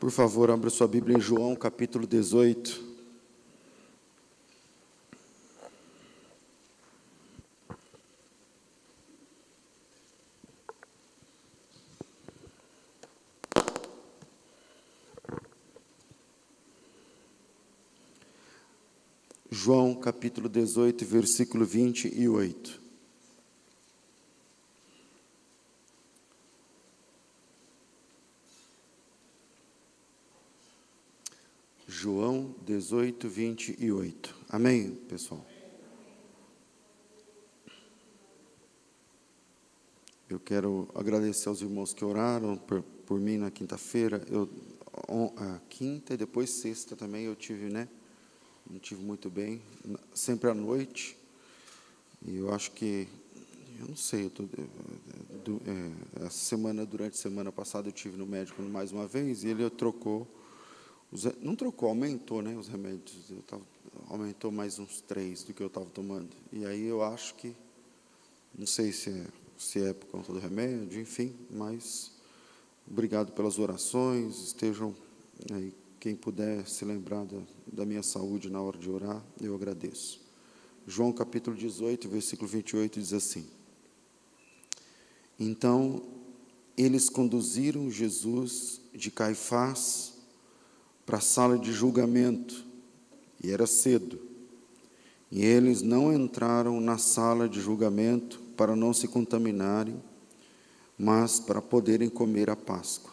Por favor, abra sua Bíblia em João, capítulo 18. João, capítulo 18, versículo 28. João 18, 28. Amém, pessoal? Eu quero agradecer aos irmãos que oraram por mim na quinta-feira. A quinta e depois sexta também eu tive, não tive muito bem, sempre à noite. E eu acho que, eu não sei, durante a semana passada eu tive no médico mais uma vez e ele trocou. Não trocou, aumentou, os remédios. Aumentou mais uns 3 do que eu estava tomando. E aí eu acho que, não sei se é por conta do remédio, enfim, mas obrigado pelas orações. Estejam aí, quem puder se lembrar da minha saúde na hora de orar, eu agradeço. João capítulo 18, versículo 28 diz assim: Então eles conduziram Jesus de Caifás para a sala de julgamento, e era cedo, e eles não entraram na sala de julgamento para não se contaminarem, mas para poderem comer a Páscoa.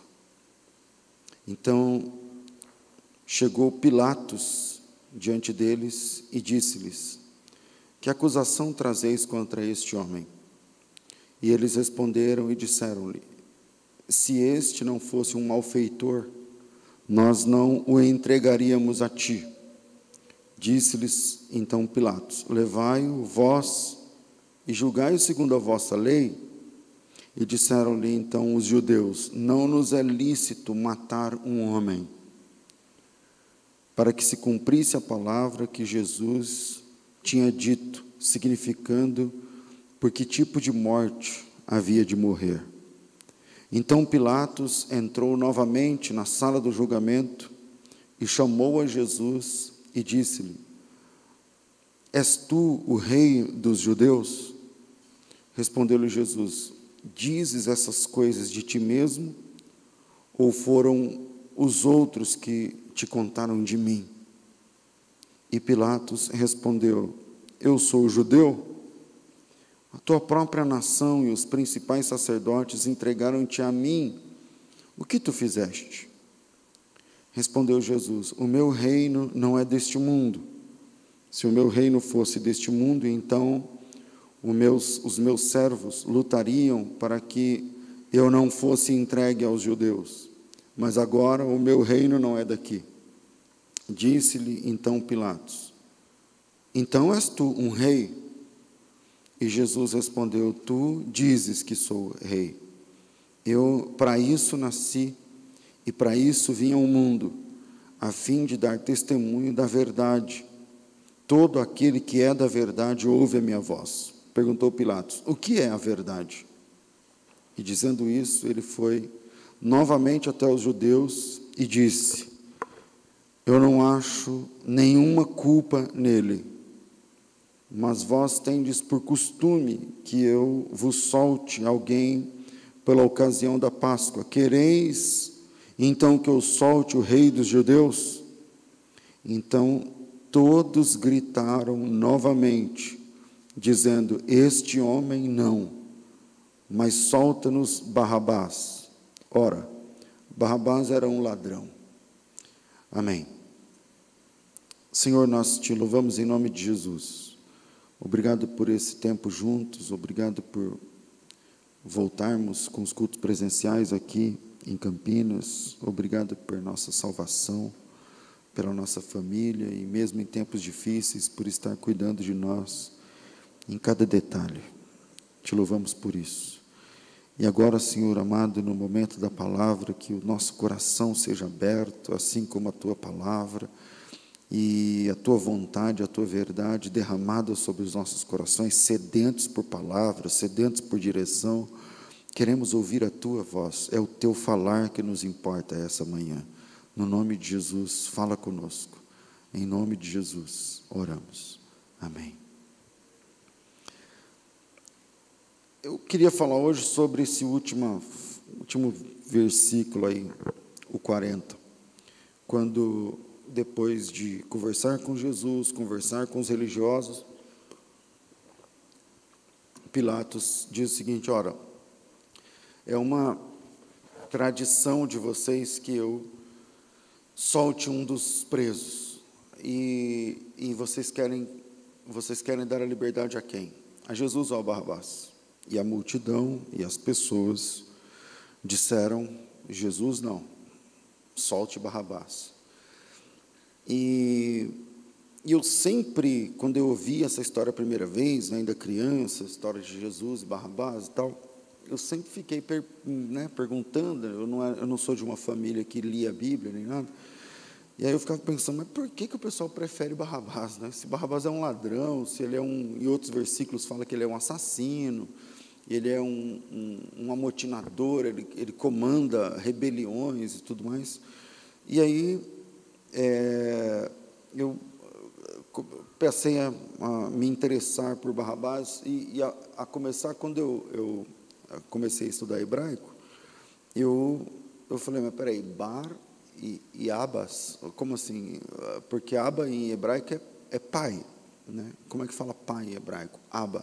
Então chegou Pilatos diante deles e disse-lhes: Que acusação trazeis contra este homem? E eles responderam e disseram-lhe: Se este não fosse um malfeitor, nós não o entregaríamos a ti. Disse-lhes então Pilatos: Levai-o vós e julgai-o segundo a vossa lei. E disseram-lhe então os judeus: Não nos é lícito matar um homem, para que se cumprisse a palavra que Jesus tinha dito, significando por que tipo de morte havia de morrer. Então Pilatos entrou novamente na sala do julgamento e chamou a Jesus e disse-lhe: És tu o rei dos judeus? Respondeu-lhe Jesus: Dizes essas coisas de ti mesmo, ou foram os outros que te contaram de mim? E Pilatos respondeu: Eu sou judeu? A tua própria nação e os principais sacerdotes entregaram-te a mim. O que tu fizeste? Respondeu Jesus: O meu reino não é deste mundo. Se o meu reino fosse deste mundo, então os meus servos lutariam para que eu não fosse entregue aos judeus. Mas agora o meu reino não é daqui. Disse-lhe então Pilatos: Então és tu um rei? E Jesus respondeu: Tu dizes que sou rei. Eu para isso nasci e para isso vim ao mundo, a fim de dar testemunho da verdade. Todo aquele que é da verdade ouve a minha voz. Perguntou Pilatos: O que é a verdade? E dizendo isso, ele foi novamente até os judeus e disse: Eu não acho nenhuma culpa nele. Mas vós tendes por costume que eu vos solte alguém pela ocasião da Páscoa. Quereis então que eu solte o rei dos judeus? Então todos gritaram novamente, dizendo: Este homem não, mas solta-nos Barrabás. Ora, Barrabás era um ladrão. Amém. Senhor, nós te louvamos em nome de Jesus. Obrigado por esse tempo juntos, obrigado por voltarmos com os cultos presenciais aqui em Campinas, obrigado por nossa salvação, pela nossa família e mesmo em tempos difíceis, por estar cuidando de nós em cada detalhe. Te louvamos por isso. E agora, Senhor amado, no momento da palavra, que o nosso coração seja aberto, assim como a Tua palavra, e a Tua vontade, a Tua verdade derramada sobre os nossos corações, sedentos por palavras, sedentos por direção. Queremos ouvir a Tua voz, é o Teu falar que nos importa essa manhã. No nome de Jesus, fala conosco. Em nome de Jesus, oramos. Amém. Eu queria falar hoje sobre esse último versículo aí, o 40. Quando, depois de conversar com Jesus, conversar com os religiosos, Pilatos diz o seguinte: ora, é uma tradição de vocês que eu solte um dos presos, e vocês querem dar a liberdade a quem? A Jesus ou a Barrabás? E a multidão e as pessoas disseram: Jesus não, solte Barrabás. E eu sempre, quando eu ouvi essa história a primeira vez, ainda criança, a história de Jesus e Barrabás e tal, eu sempre fiquei perguntando. Eu não sou de uma família que lia a Bíblia nem nada, e aí eu ficava pensando, mas por que o pessoal prefere Barrabás, né? Se Barrabás é um ladrão, se ele é em outros versículos fala que ele é um assassino, ele é um amotinador, ele comanda rebeliões e tudo mais. E aí eu passei a me interessar por Barrabás, e a começar, quando eu comecei a estudar hebraico, eu falei, mas peraí, Bar e Abas, como assim? Porque Abba em hebraico é pai, né? Como é que fala pai em hebraico? Abba.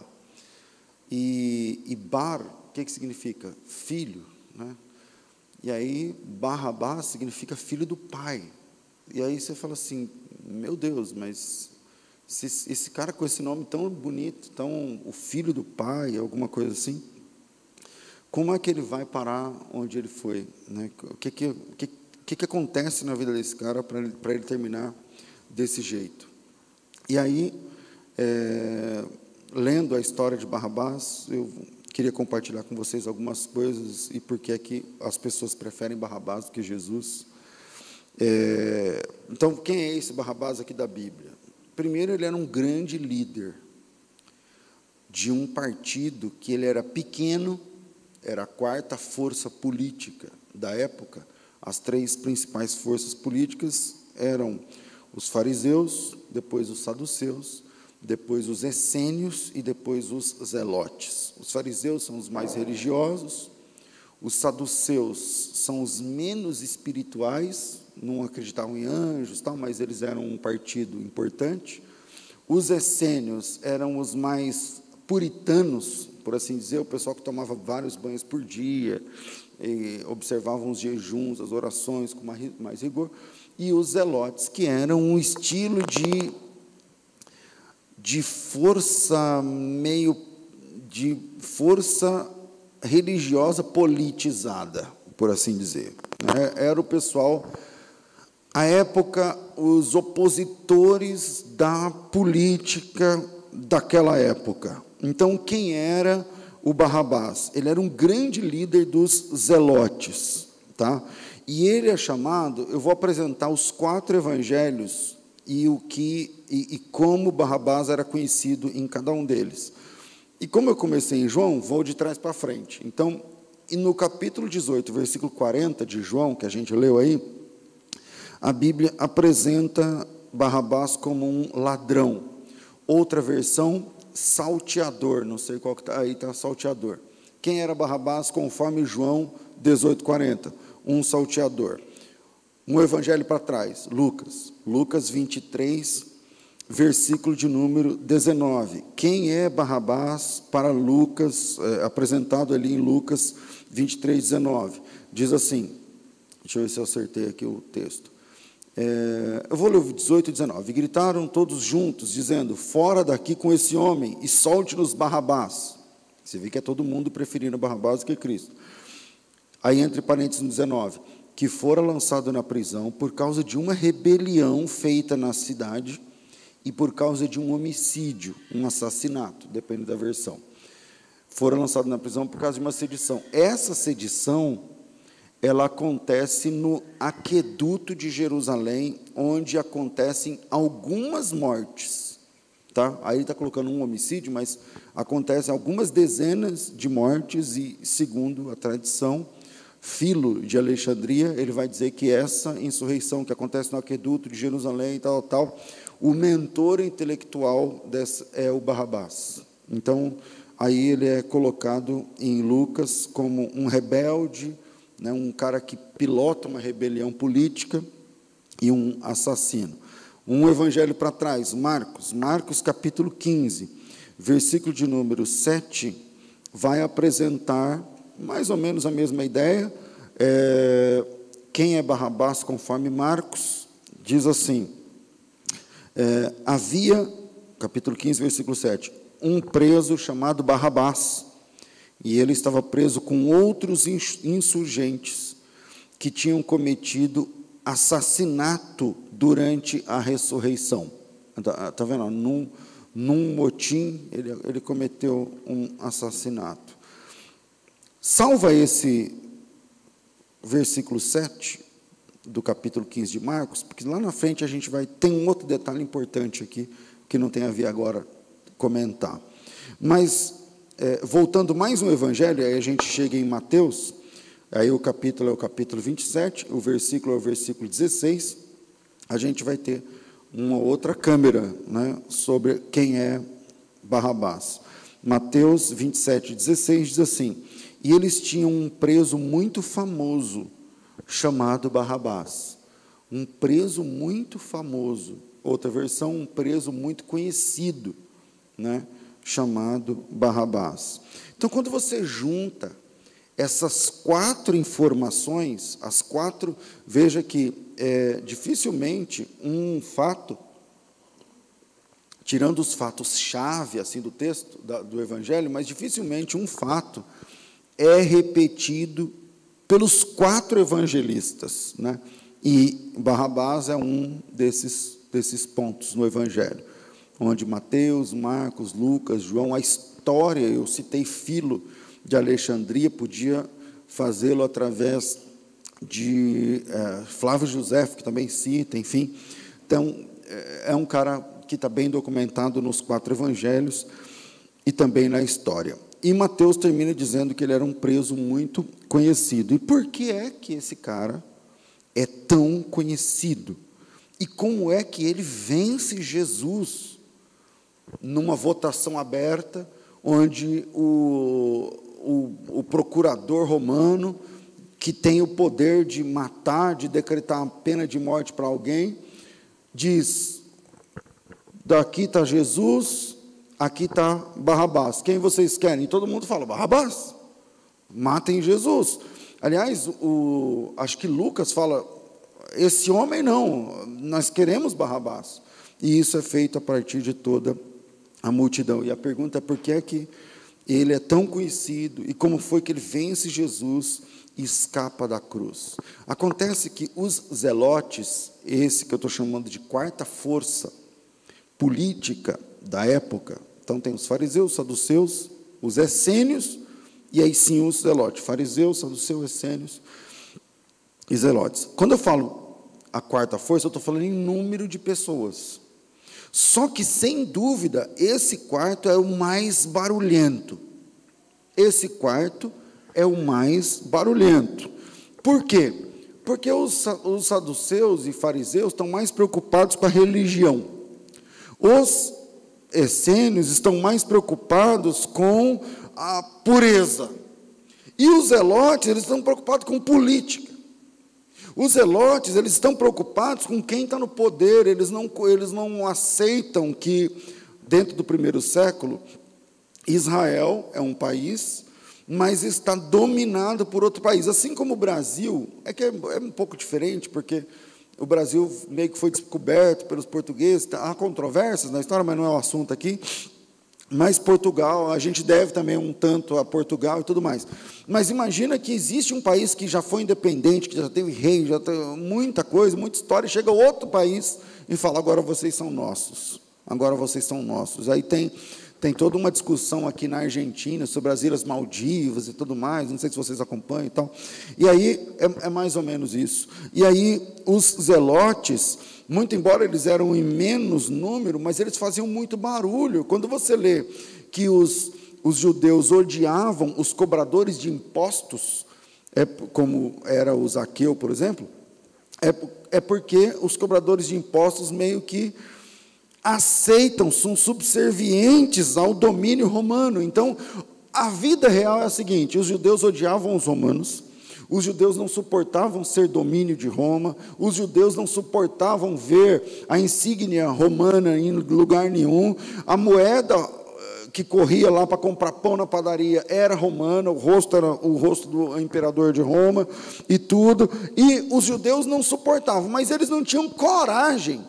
E Bar, o que significa? Filho, né? E aí Barrabás significa filho do pai. E aí você fala assim, meu Deus, mas esse cara com esse nome tão bonito, o filho do pai, alguma coisa assim, como é que ele vai parar onde ele foi, né? O que acontece na vida desse cara para ele terminar desse jeito? E aí, lendo a história de Barrabás, eu queria compartilhar com vocês algumas coisas e por que é que as pessoas preferem Barrabás do que Jesus. Então, quem é esse Barrabás aqui da Bíblia? Primeiro, ele era um grande líder de um partido que ele era pequeno, era a quarta força política da época. As três principais forças políticas eram os fariseus, depois os saduceus, depois os essênios e depois os zelotes. Os fariseus são os mais religiosos, os saduceus são os menos espirituais, não acreditavam em anjos, mas eles eram um partido importante. Os essênios eram os mais puritanos, por assim dizer, o pessoal que tomava vários banhos por dia, e observavam os jejuns, as orações com mais rigor. E os zelotes, que eram um estilo de força força religiosa politizada, por assim dizer. Era o pessoal, à época, os opositores da política daquela época. Então, quem era o Barrabás? Ele era um grande líder dos zelotes, tá? E ele é chamado, eu vou apresentar os 4 evangelhos e como Barrabás era conhecido em cada um deles. E como eu comecei em João, vou de trás para frente. Então, e no capítulo 18, versículo 40 de João, que a gente leu aí, a Bíblia apresenta Barrabás como um ladrão. Outra versão, salteador, não sei qual que está, aí está salteador. Quem era Barrabás, conforme João 18:40? Um salteador. Um evangelho para trás, Lucas 23, versículo de número 19. Quem é Barrabás para Lucas, apresentado ali em Lucas 23, 19? Diz assim, deixa eu ver se eu acertei aqui o texto. Eu vou ler o 18 e 19. Gritaram todos juntos, dizendo, fora daqui com esse homem, e solte-nos Barrabás. Você vê que é todo mundo preferindo Barrabás do que Cristo. Aí, entre parênteses, no 19, que fora lançado na prisão por causa de uma rebelião feita na cidade e por causa de um homicídio, um assassinato, depende da versão. Fora lançado na prisão por causa de uma sedição. Essa sedição, ela acontece no aqueduto de Jerusalém, onde acontecem algumas mortes. Tá? Aí ele está colocando um homicídio, mas acontecem algumas dezenas de mortes e, segundo a tradição, Filo de Alexandria, ele vai dizer que essa insurreição que acontece no aqueduto de Jerusalém, o mentor intelectual é o Barrabás. Então, aí ele é colocado em Lucas como um rebelde, né, um cara que pilota uma rebelião política e um assassino. Um evangelho para trás, Marcos capítulo 15, versículo de número 7, vai apresentar mais ou menos a mesma ideia. Quem é Barrabás, conforme Marcos, diz assim, havia, capítulo 15, versículo 7, um preso chamado Barrabás, e ele estava preso com outros insurgentes que tinham cometido assassinato durante a ressurreição. Está vendo? Num motim, ele cometeu um assassinato. Salva esse versículo 7 do capítulo 15 de Marcos, porque lá na frente a gente tem um outro detalhe importante aqui, que não tem a ver agora comentar. Mas, voltando mais um evangelho, aí a gente chega em Mateus, aí o capítulo é o capítulo 27, o versículo é o versículo 16, a gente vai ter uma outra câmera, né, sobre quem é Barrabás. Mateus 27, 16 diz assim, e eles tinham um preso muito famoso, chamado Barrabás. Um preso muito famoso. Outra versão, um preso muito conhecido, né, chamado Barrabás. Então, quando você junta essas 4 informações, veja que dificilmente um fato, tirando os fatos-chave assim, do texto, do Evangelho, mas dificilmente um fato é repetido pelos 4 evangelistas, né? E Barrabás é um desses pontos no Evangelho, onde Mateus, Marcos, Lucas, João, a história, eu citei Filo de Alexandria, podia fazê-lo através de Flávio José, que também cita, enfim. Então, é um cara que está bem documentado nos 4 evangelhos e também na história. E Mateus termina dizendo que ele era um preso muito conhecido. E por que é que esse cara é tão conhecido? E como é que ele vence Jesus numa votação aberta, onde o procurador romano, que tem o poder de matar, de decretar a pena de morte para alguém, diz, daqui está Jesus, aqui está Barrabás, quem vocês querem? E todo mundo fala, Barrabás, matem Jesus. Aliás, acho que Lucas fala, esse homem não, nós queremos Barrabás. E isso é feito a partir de toda a multidão. E a pergunta é, por que é que ele é tão conhecido, e como foi que ele vence Jesus e escapa da cruz? Acontece que os zelotes, esse que eu estou chamando de 4ª força política da época, então tem os fariseus, saduceus, os essênios, e aí sim os zelotes, fariseus, saduceus, essênios e zelotes. Quando eu falo a 4ª força, eu estou falando em número de pessoas. Só que, sem dúvida, esse quarto é o mais barulhento. Esse quarto é o mais barulhento. Por quê? Porque os saduceus e fariseus estão mais preocupados com a religião. Os essênios estão mais preocupados com a pureza. E os zelotes, eles estão preocupados com política. Os zelotes, eles estão preocupados com quem está no poder, eles não aceitam que, dentro do 1º século, Israel é um país, mas está dominado por outro país. Assim como o Brasil, é um pouco diferente, porque o Brasil meio que foi descoberto pelos portugueses, há controvérsias na história, mas não é o assunto aqui. Mas Portugal, a gente deve também um tanto a Portugal e tudo mais. Mas imagina que existe um país que já foi independente, que já teve rei, já tem muita coisa, muita história, e chega outro país e fala, agora vocês são nossos. Agora vocês são nossos. Aí tem toda uma discussão aqui na Argentina sobre as Ilhas Maldivas e tudo mais, não sei se vocês acompanham e tal. E aí é mais ou menos isso. E aí os zelotes, muito embora eles eram em menos número, mas eles faziam muito barulho. Quando você lê que os judeus odiavam os cobradores de impostos, como era o Zaqueu, por exemplo, é porque os cobradores de impostos meio que aceitam, são subservientes ao domínio romano. Então, a vida real é a seguinte: os judeus odiavam os romanos, os judeus não suportavam ser domínio de Roma, os judeus não suportavam ver a insígnia romana em lugar nenhum, a moeda que corria lá para comprar pão na padaria era romana, o rosto era o rosto do imperador de Roma e tudo, e os judeus não suportavam, mas eles não tinham coragem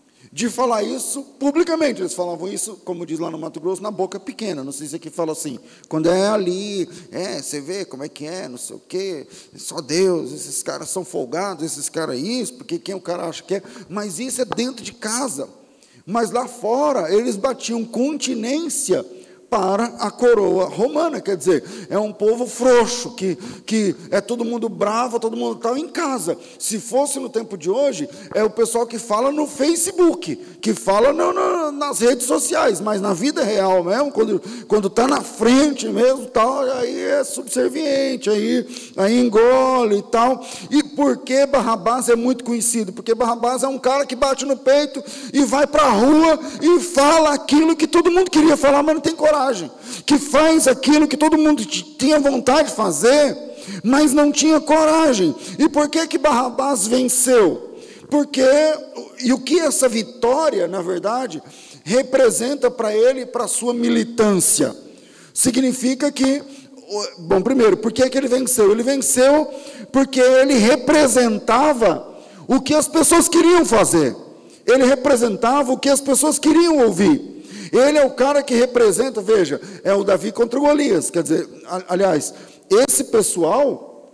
de falar isso publicamente. Eles falavam isso, como diz lá no Mato Grosso, na boca pequena. Não sei se aqui fala assim, quando é ali, você vê como é que é, não sei o quê, só Deus, esses caras são folgados, esses caras isso, porque quem o cara acha que é, mas isso é dentro de casa. Mas lá fora, eles batiam continência para a coroa romana, quer dizer, é um povo frouxo, que é todo mundo bravo, todo mundo tal em casa. Se fosse no tempo de hoje, é o pessoal que fala no Facebook, que fala nas redes sociais, mas na vida real mesmo, quando está na frente mesmo, tal, aí é subserviente, aí engole e tal. E por que Barrabás é muito conhecido? Porque Barrabás é um cara que bate no peito e vai para a rua e fala aquilo que todo mundo queria falar, mas não tem coragem, que faz aquilo que todo mundo tinha vontade de fazer, mas não tinha coragem. E por que Barrabás venceu? Porque, e o que essa vitória, na verdade, representa para ele e para a sua militância? Significa que, bom, primeiro, por que ele venceu? Ele venceu porque ele representava o que as pessoas queriam fazer, ele representava o que as pessoas queriam ouvir. Ele é o cara que representa, veja, é o Davi contra o Golias, quer dizer, aliás, esse pessoal,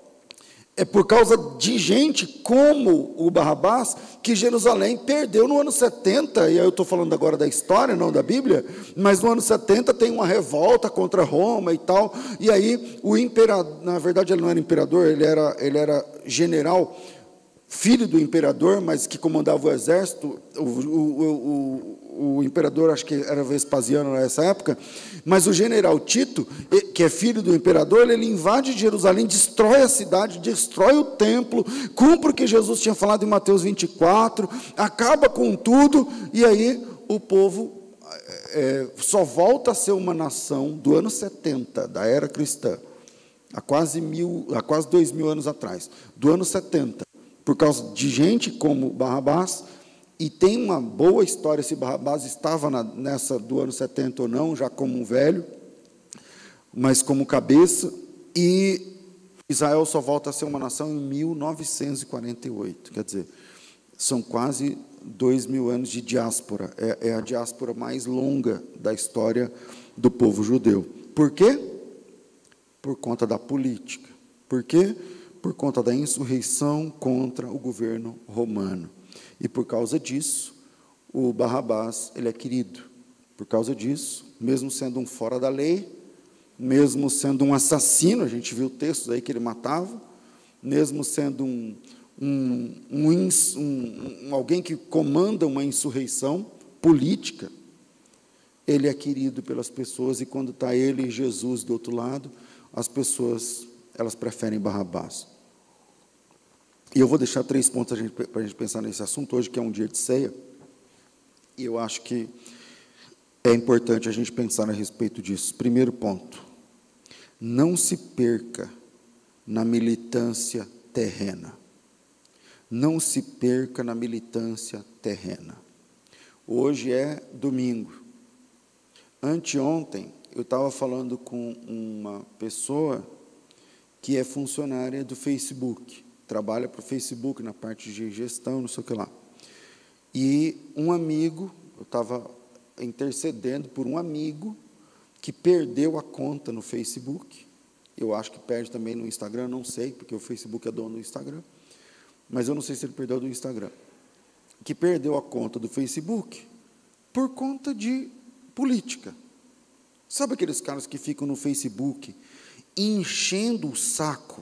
é por causa de gente como o Barrabás, que Jerusalém perdeu no ano 70, e aí eu estou falando agora da história, não da Bíblia, mas no ano 70 tem uma revolta contra Roma e tal, e aí o imperador, na verdade ele não era imperador, ele era general, filho do imperador, mas que comandava o exército, o imperador, acho que era Vespasiano nessa época, mas o general Tito, que é filho do imperador, ele invade Jerusalém, destrói a cidade, destrói o templo, cumpre o que Jesus tinha falado em Mateus 24, acaba com tudo, e aí o povo só volta a ser uma nação do ano 70, da era cristã, há quase 2000 anos atrás, do ano 70, por causa de gente como Barrabás. E tem uma boa história se Barrabás estava nessa do ano 70 ou não, já como um velho, mas como cabeça, e Israel só volta a ser uma nação em 1948, quer dizer, são quase 2000 anos de diáspora, é a diáspora mais longa da história do povo judeu. Por quê? Por conta da política. Por quê? Por conta da insurreição contra o governo romano. E por causa disso, o Barrabás, ele é querido. Por causa disso, mesmo sendo um fora da lei, mesmo sendo um assassino, a gente viu textos aí que ele matava, mesmo sendo alguém que comanda uma insurreição política, ele é querido pelas pessoas, e quando está ele e Jesus do outro lado, as pessoas, elas preferem Barrabás. E eu vou deixar 3 pontos para a gente pensar nesse assunto hoje, que é um dia de ceia, e eu acho que é importante a gente pensar a respeito disso. Primeiro ponto, não se perca na militância terrena. Não se perca na militância terrena. Hoje é domingo. Anteontem, eu estava falando com uma pessoa que é funcionária do Facebook, trabalha para o Facebook na parte de gestão, não sei o que lá. E um amigo, eu estava intercedendo por um amigo que perdeu a conta no Facebook. Eu acho que perde também no Instagram, não sei, porque o Facebook é dono do Instagram, mas eu não sei se ele perdeu do Instagram. Que perdeu a conta do Facebook por conta de política. Sabe aqueles caras que ficam no Facebook enchendo o saco,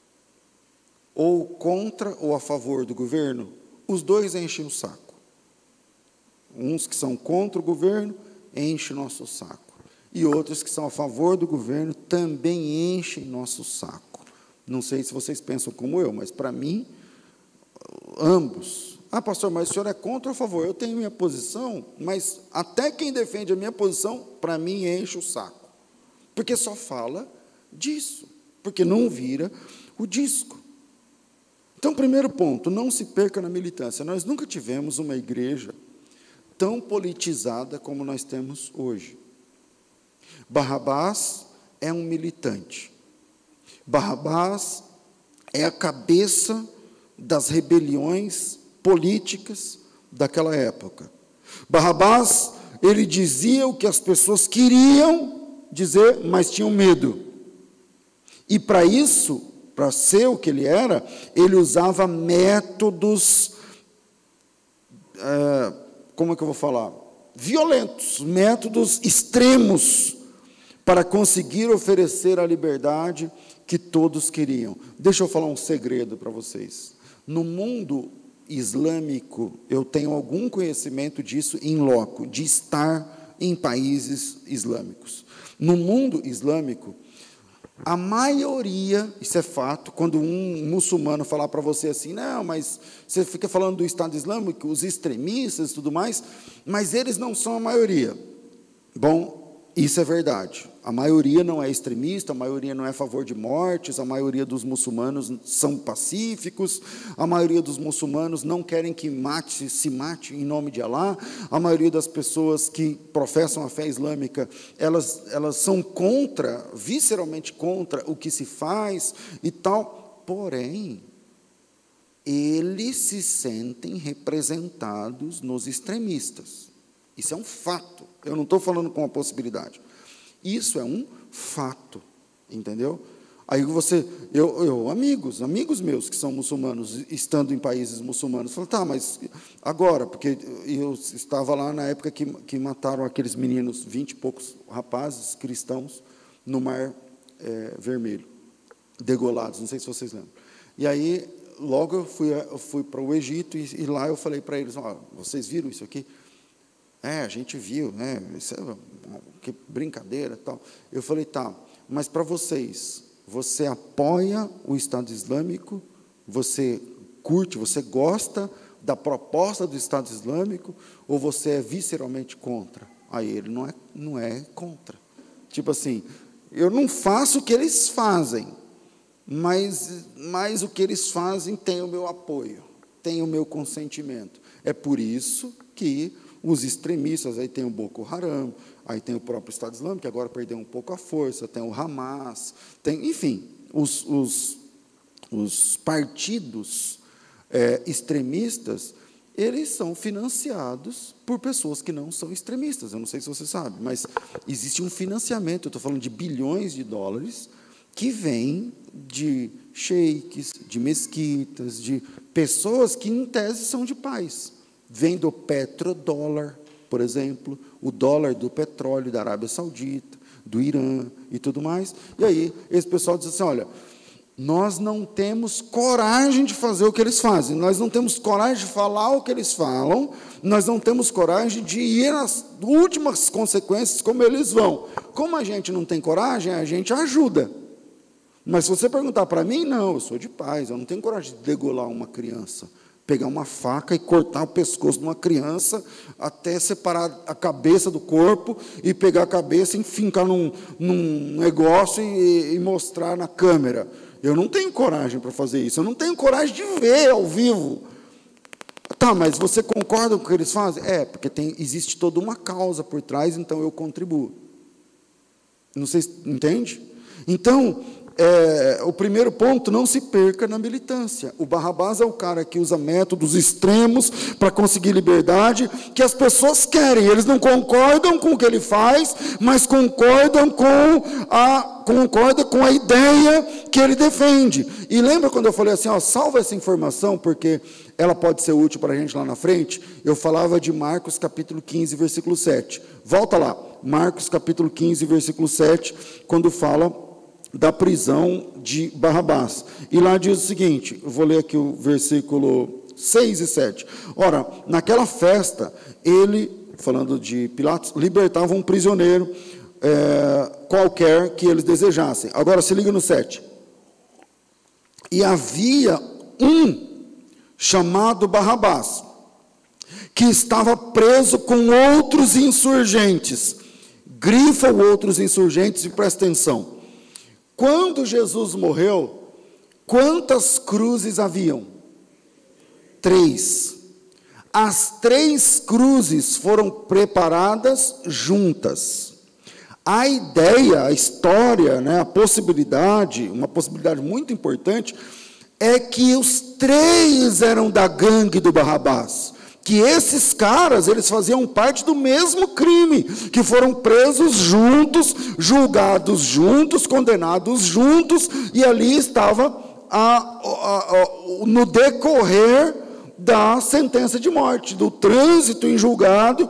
ou contra ou a favor do governo? Os dois enchem o saco. Uns que são contra o governo enchem nosso saco, e outros que são a favor do governo também enchem nosso saco. Não sei se vocês pensam como eu, mas para mim, ambos. Ah, pastor, mas o senhor é contra ou a favor? Eu tenho minha posição, mas até quem defende a minha posição, para mim, enche o saco. Porque só fala disso, porque não vira o disco. Então, primeiro ponto, não se perca na militância. Nós nunca tivemos uma igreja tão politizada como nós temos hoje. Barrabás é um militante. Barrabás é a cabeça das rebeliões políticas daquela época. Barrabás, ele dizia o que as pessoas queriam dizer, mas tinham medo. E para isso, para ser o que ele era, ele usava métodos, como é que eu vou falar? Violentos, métodos extremos, para conseguir oferecer a liberdade que todos queriam. Deixa eu falar um segredo para vocês. No mundo islâmico, eu tenho algum conhecimento disso em loco, de estar em países islâmicos. No mundo islâmico, a maioria, isso é fato, quando um muçulmano falar para você assim, não, mas você fica falando do Estado Islâmico, os extremistas e tudo mais, mas eles não são a maioria. Bom, isso é verdade. A maioria não é extremista, a maioria não é a favor de mortes, a maioria dos muçulmanos são pacíficos, a maioria dos muçulmanos não querem que se mate em nome de Alá, a maioria das pessoas que professam a fé islâmica, elas são contra, visceralmente contra o que se faz e tal, porém, eles se sentem representados nos extremistas. Isso é um fato, eu não estou falando com a possibilidade. Isso é um fato, entendeu? Aí amigos meus que são muçulmanos, estando em países muçulmanos, falam, tá, mas agora, porque eu estava lá na época que mataram aqueles meninos, 20 e poucos rapazes cristãos, no Mar Vermelho, degolados, não sei se vocês lembram. E aí, logo eu fui para o Egito, e lá eu falei para eles, vocês viram isso aqui? A gente viu, né? Isso que brincadeira e tal. Eu falei, tá, mas para vocês, você apoia o Estado Islâmico? Você curte, você gosta da proposta do Estado Islâmico? Ou você é visceralmente contra? Aí ele não é contra. Tipo assim, eu não faço o que eles fazem, mas o que eles fazem tem o meu apoio, tem o meu consentimento. É por isso que os extremistas, aí tem o Boko Haram, aí tem o próprio Estado Islâmico, que agora perdeu um pouco a força, tem o Hamas, enfim, os partidos extremistas, eles são financiados por pessoas que não são extremistas, eu não sei se você sabe, mas existe um financiamento, eu estou falando de bilhões de dólares, que vem de sheiks, de mesquitas, de pessoas que, em tese, são de paz. Vem do petrodólar, por exemplo, o dólar do petróleo da Arábia Saudita, do Irã e tudo mais. E aí, esse pessoal diz assim, olha, nós não temos coragem de fazer o que eles fazem, nós não temos coragem de falar o que eles falam, nós não temos coragem de ir às últimas consequências como eles vão. Como a gente não tem coragem, a gente ajuda. Mas se você perguntar para mim, não, eu sou de paz, eu não tenho coragem de degolar uma criança, pegar uma faca e cortar o pescoço de uma criança até separar a cabeça do corpo e pegar a cabeça e fincar num negócio e mostrar na câmera. Eu não tenho coragem para fazer isso, eu não tenho coragem de ver ao vivo. Tá, mas você concorda com o que eles fazem? Porque existe toda uma causa por trás, então eu contribuo. Não sei se entende? Então, o primeiro ponto, não se perca na militância. O Barrabás é o cara que usa métodos extremos para conseguir liberdade, que as pessoas querem. Eles não concordam com o que ele faz, mas concordam com a ideia que ele defende. E lembra quando eu falei assim, salva essa informação, porque ela pode ser útil para a gente lá na frente? Eu falava de Marcos capítulo 15, versículo 7. Volta lá, Marcos capítulo 15, versículo 7, quando fala da prisão de Barrabás. E lá diz o seguinte, eu vou ler aqui o versículo 6 e 7. Ora, naquela festa, ele, falando de Pilatos, libertava um prisioneiro qualquer que eles desejassem. Agora, se liga no 7. E havia um chamado Barrabás, que estava preso com outros insurgentes. Grifa o outros insurgentes e presta atenção. Quando Jesus morreu, quantas cruzes haviam? 3. As 3 cruzes foram preparadas juntas. A ideia, a história, a possibilidade, uma possibilidade muito importante, é que os 3 eram da gangue do Barrabás. Que esses caras, eles faziam parte do mesmo crime, que foram presos juntos, julgados juntos, condenados juntos, e ali estava no decorrer da sentença de morte, do trânsito em julgado,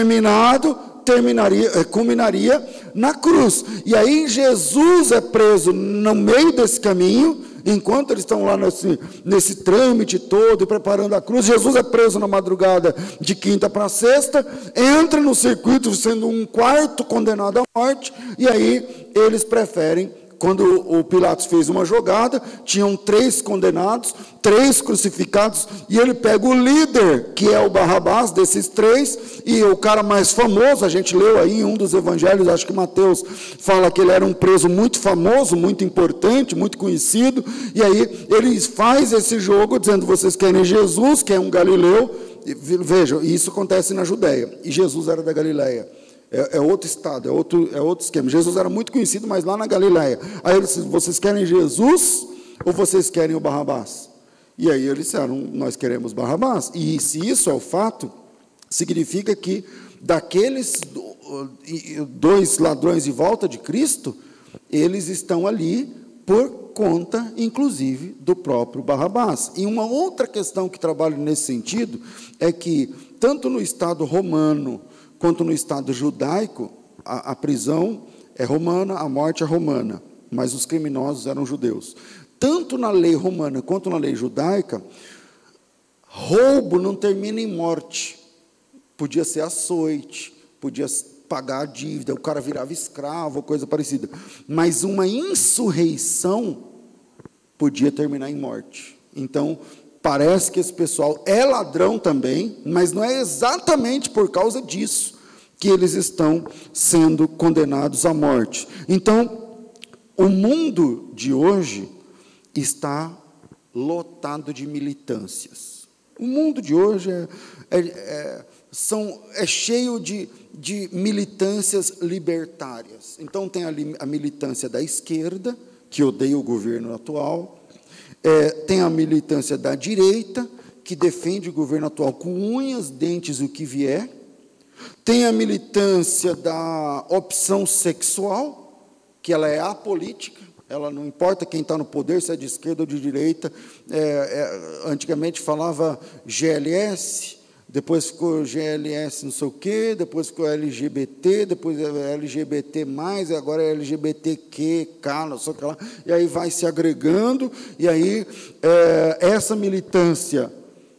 culminaria na cruz. E aí Jesus é preso no meio desse caminho. Enquanto eles estão lá nesse trâmite todo, preparando a cruz, Jesus é preso na madrugada de quinta para sexta, entra no circuito sendo um quarto condenado à morte, e aí eles preferem, quando o Pilatos fez uma jogada, tinham 3 condenados, 3 crucificados, e ele pega o líder, que é o Barrabás, desses 3, e o cara mais famoso, a gente leu aí em um dos evangelhos, acho que Mateus fala que ele era um preso muito famoso, muito importante, muito conhecido, e aí ele faz esse jogo, dizendo, vocês querem Jesus, que é um galileu, vejam, isso acontece na Judéia, e Jesus era da Galileia. É outro estado, é outro esquema. Jesus era muito conhecido, mas lá na Galileia. Aí eles disseram, vocês querem Jesus ou vocês querem o Barrabás? E aí eles disseram, nós queremos Barrabás. E se isso é o fato, significa que daqueles 2 ladrões de volta de Cristo, eles estão ali por conta, inclusive, do próprio Barrabás. E uma outra questão que trabalha nesse sentido é que, tanto no Estado romano, quanto no Estado judaico, a prisão é romana, a morte é romana, mas os criminosos eram judeus. Tanto na lei romana quanto na lei judaica, roubo não termina em morte. Podia ser açoite, podia pagar a dívida, o cara virava escravo, coisa parecida. Mas uma insurreição podia terminar em morte. Então, parece que esse pessoal é ladrão também, mas não é exatamente por causa disso que eles estão sendo condenados à morte. Então, o mundo de hoje está lotado de militâncias. O mundo de hoje é cheio de militâncias libertárias. Então, tem a militância da esquerda, que odeia o governo atual. Tem a militância da direita, que defende o governo atual com unhas, dentes, o que vier. Tem a militância da opção sexual, que ela é apolítica, ela não importa quem está no poder, se é de esquerda ou de direita. Antigamente falava GLS, depois ficou GLS não sei o quê, depois ficou LGBT, depois LGBT+, agora é LGBTQ, não sei o que lá, e aí vai se agregando, e aí essa militância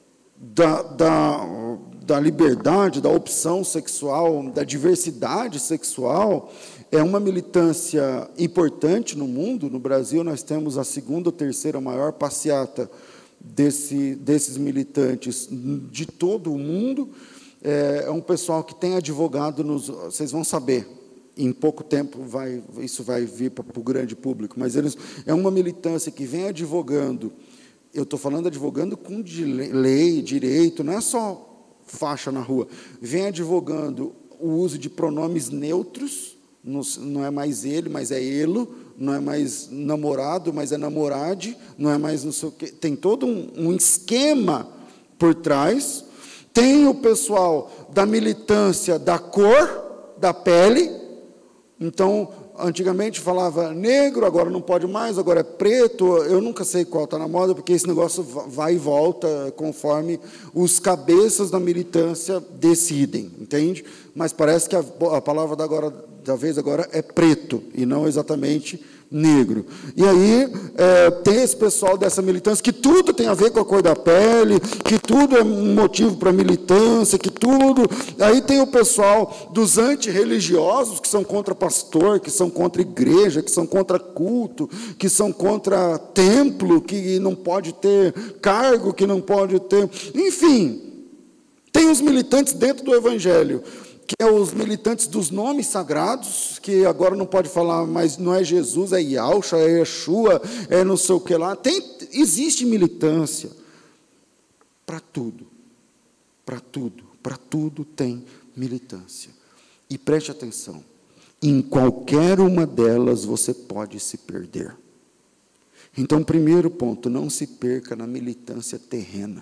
da liberdade, da opção sexual, da diversidade sexual, é uma militância importante no mundo. No Brasil, nós temos a 2ª ou 3ª maior passeata desses militantes de todo o mundo. É um pessoal que tem advogado, vocês vão saber, em pouco tempo isso vai vir para o grande público, mas é uma militância que vem advogando, eu estou falando advogando com lei, direito, não é só faixa na rua, vem advogando o uso de pronomes neutros, não é mais ele, mas é elo, não é mais namorado, mas é namorade, não é mais não sei o quê. Tem todo um esquema por trás. Tem o pessoal da militância da cor, da pele. Então, antigamente falava negro, agora não pode mais, agora é preto. Eu nunca sei qual está na moda, porque esse negócio vai e volta conforme os cabeças da militância decidem, entende? Mas parece que a palavra da vez agora é preto, e não exatamente negro. E aí tem esse pessoal dessa militância que tudo tem a ver com a cor da pele, que tudo é um motivo para militância, que tudo... Aí tem o pessoal dos antirreligiosos, que são contra pastor, que são contra igreja, que são contra culto, que são contra templo, que não pode ter cargo, que não pode ter... Enfim, tem os militantes dentro do Evangelho, que é os militantes dos nomes sagrados, que agora não pode falar, mas não é Jesus, é Yahshua, é Yeshua, é não sei o que lá. Existe militância para tudo, para tudo tem militância. E preste atenção, em qualquer uma delas você pode se perder. Então, primeiro ponto, não se perca na militância terrena.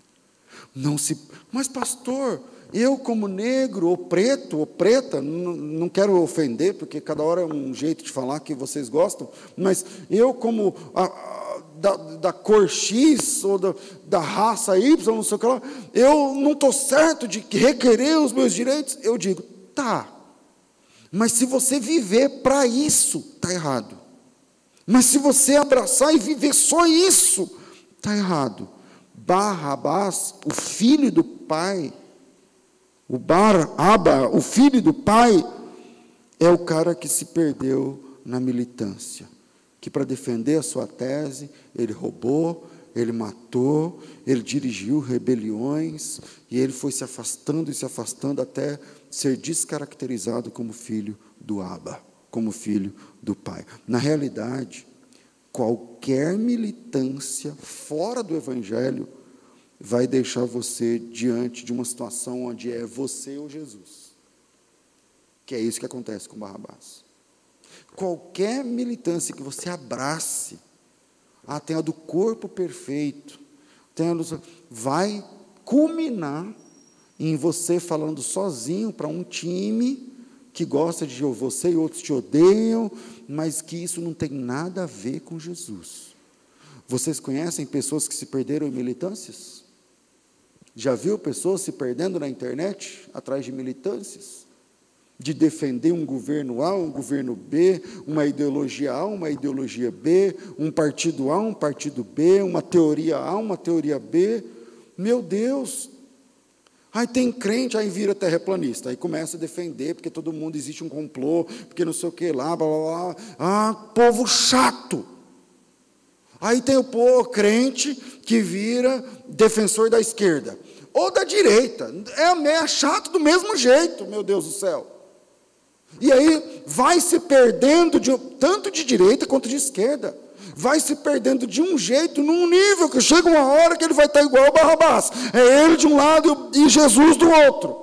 Mas pastor, eu como negro, ou preto, ou preta, não quero ofender, porque cada hora é um jeito de falar que vocês gostam, mas eu como da cor X, ou da raça Y, não sei o que lá, eu não estou certo de requerer os meus direitos. Eu digo, tá, mas se você viver para isso, está errado. Mas se você abraçar e viver só isso, está errado. Barrabás, o filho do pai, o Bar-Abba, o filho do pai, é o cara que se perdeu na militância, que para defender a sua tese, ele roubou, ele matou, ele dirigiu rebeliões, e ele foi se afastando até ser descaracterizado como filho do Abba, como filho do pai. Na realidade, qualquer militância fora do Evangelho vai deixar você diante de uma situação onde é você ou Jesus. Que é isso que acontece com Barrabás. Qualquer militância que você abrace, tem a do corpo perfeito, vai culminar em você falando sozinho para um time que gosta de você e outros te odeiam, mas que isso não tem nada a ver com Jesus. Vocês conhecem pessoas que se perderam em militâncias? Já viu pessoas se perdendo na internet atrás de militâncias? De defender um governo A, um governo B, uma ideologia A, uma ideologia B, um partido A, um partido B, uma teoria A, uma teoria B. Meu Deus! Aí tem crente, aí vira terraplanista, aí começa a defender, porque todo mundo existe um complô, porque não sei o que lá, blá, blá, blá. Povo chato! Aí tem o crente que vira defensor da esquerda, ou da direita, é chato do mesmo jeito, meu Deus do céu. E aí vai se perdendo tanto de direita quanto de esquerda, vai se perdendo de um jeito, num nível, que chega uma hora que ele vai estar igual ao Barrabás, é ele de um lado e Jesus do outro.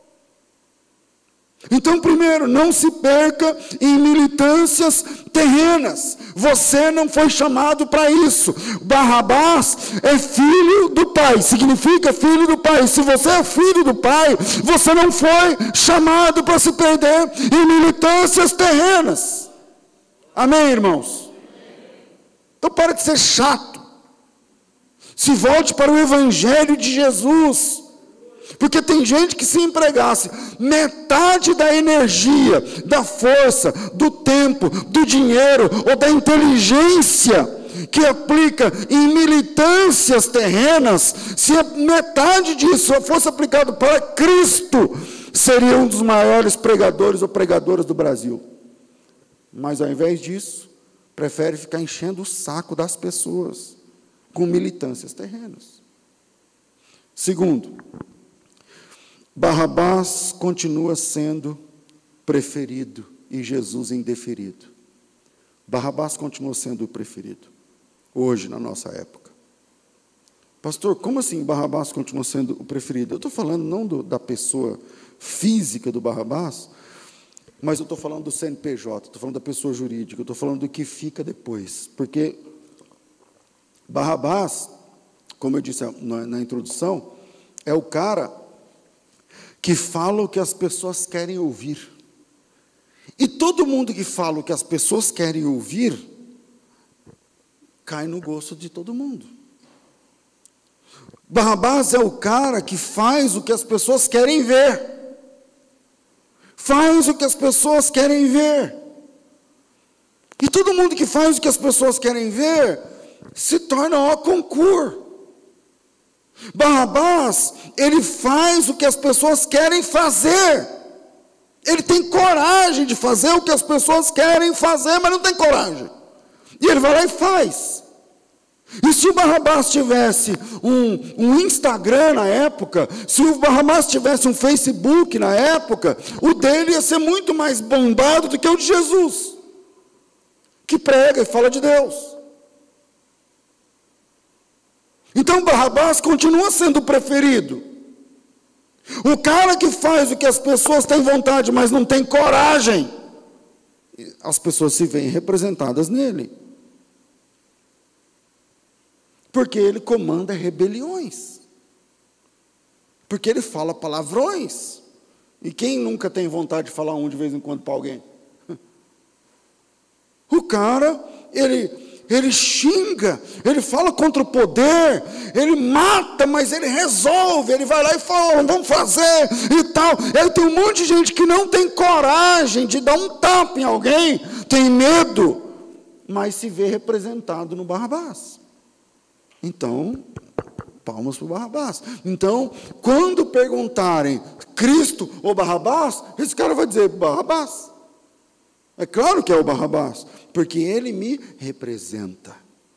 Então, primeiro, não se perca em militâncias terrenas. Você não foi chamado para isso. Barrabás é filho do pai, significa filho do pai. Se você é filho do pai, você não foi chamado para se perder em militâncias terrenas. Amém, irmãos? Então, para de ser chato. Se volte para o Evangelho de Jesus. Porque tem gente que, se empregasse metade da energia, da força, do tempo, do dinheiro ou da inteligência que aplica em militâncias terrenas, se metade disso fosse aplicado para Cristo, seria um dos maiores pregadores ou pregadoras do Brasil. Mas, ao invés disso, prefere ficar enchendo o saco das pessoas com militâncias terrenas. Segundo, Barrabás continua sendo preferido e Jesus indeferido. Barrabás continua sendo o preferido, hoje, na nossa época. Pastor, como assim Barrabás continua sendo o preferido? Eu estou falando não da pessoa física do Barrabás, mas eu estou falando do CNPJ, estou falando da pessoa jurídica, eu estou falando do que fica depois. Porque Barrabás, como eu disse na introdução, é o cara que fala o que as pessoas querem ouvir. E todo mundo que fala o que as pessoas querem ouvir, cai no gosto de todo mundo. Barrabás é o cara que faz o que as pessoas querem ver. Faz o que as pessoas querem ver. E todo mundo que faz o que as pessoas querem ver, se torna ó concurso. Barrabás, ele faz o que as pessoas querem fazer. Ele tem coragem de fazer o que as pessoas querem fazer, mas não tem coragem. E ele vai lá e faz. E se o Barrabás tivesse um Instagram na época, se o Barrabás tivesse um Facebook na época, o dele ia ser muito mais bombado do que o de Jesus, que prega e fala de Deus. Então Barrabás continua sendo o preferido. O cara que faz o que as pessoas têm vontade, mas não tem coragem, as pessoas se veem representadas nele. Porque ele comanda rebeliões. Porque ele fala palavrões. E quem nunca tem vontade de falar um de vez em quando para alguém? O cara, ele xinga, ele fala contra o poder, ele mata, mas ele resolve, ele vai lá e fala, vamos fazer e tal. Aí tem um monte de gente que não tem coragem de dar um tapa em alguém, tem medo, mas se vê representado no Barrabás. Então, palmas para o Barrabás. Então, quando perguntarem Cristo ou Barrabás, esse cara vai dizer Barrabás. É claro que é o Barrabás, porque ele me representa.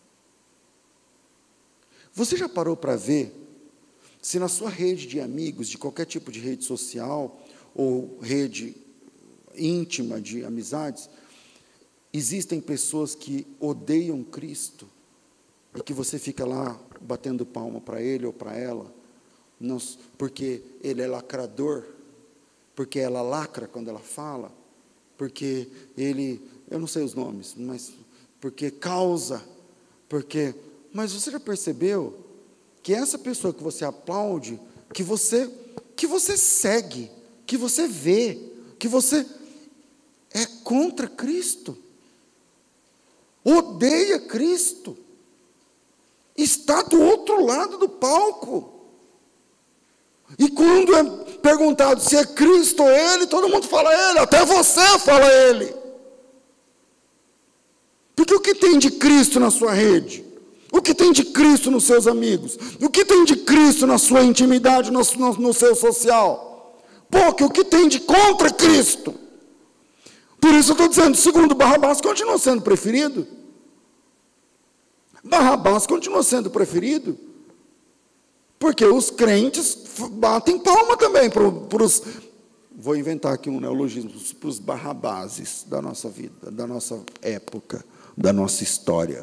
Você já parou para ver se na sua rede de amigos, de qualquer tipo de rede social, ou rede íntima de amizades, existem pessoas que odeiam Cristo, e que você fica lá batendo palma para ele ou para ela, porque ele é lacrador, porque ela lacra quando ela fala, porque ele, eu não sei os nomes, mas porque causa, mas você já percebeu que essa pessoa que você aplaude, que você segue, que você vê, que você é contra Cristo, odeia Cristo, está do outro lado do palco. E quando é perguntado se é Cristo ou ele, todo mundo fala ele, até você fala ele. Porque o que tem de Cristo na sua rede? O que tem de Cristo nos seus amigos? O que tem de Cristo na sua intimidade, no seu social? Pouco, o que tem de contra Cristo? Por isso eu estou dizendo, segundo Barrabás, continua sendo preferido. Barrabás continua sendo preferido, porque os crentes batem palma também para os, vou inventar aqui um neologismo, para os Barrabáses da nossa vida, da nossa época, da nossa história.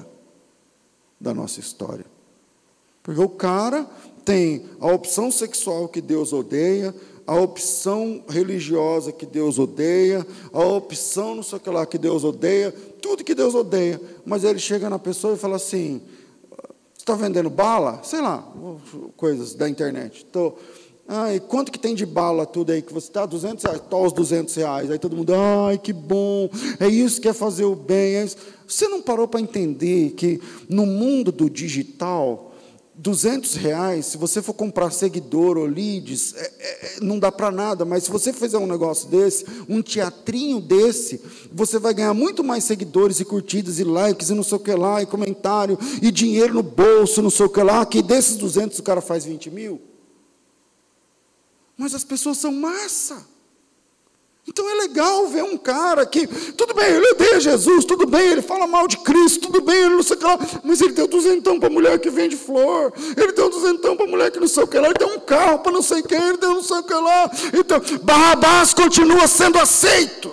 Porque o cara tem a opção sexual que Deus odeia, a opção religiosa que Deus odeia, a opção não sei o que lá que Deus odeia, tudo que Deus odeia, mas ele chega na pessoa e fala assim, você está vendendo bala? Sei lá, coisas da internet. E quanto que tem de bala tudo aí que você está? R$200, está os R$200. Aí todo mundo, ai, que bom, é isso que é fazer o bem. É isso. Você não parou para entender que no mundo do digital, R$200, se você for comprar seguidor ou leads, não dá para nada, mas se você fizer um negócio desse, um teatrinho desse, você vai ganhar muito mais seguidores e curtidas e likes e não sei o que lá, e comentário, e dinheiro no bolso, não sei o que lá, que desses 200 o cara faz 20 mil. Mas as pessoas são massa. Então é legal ver um cara que, tudo bem, ele odeia Jesus, tudo bem, ele fala mal de Cristo, tudo bem, ele não sei o que lá, mas ele deu 200 para a mulher que vende flor, ele deu 200 para a mulher que não sei o que lá, ele deu um carro para não sei quem, ele deu não sei o que lá. Então, Barrabás continua sendo aceito.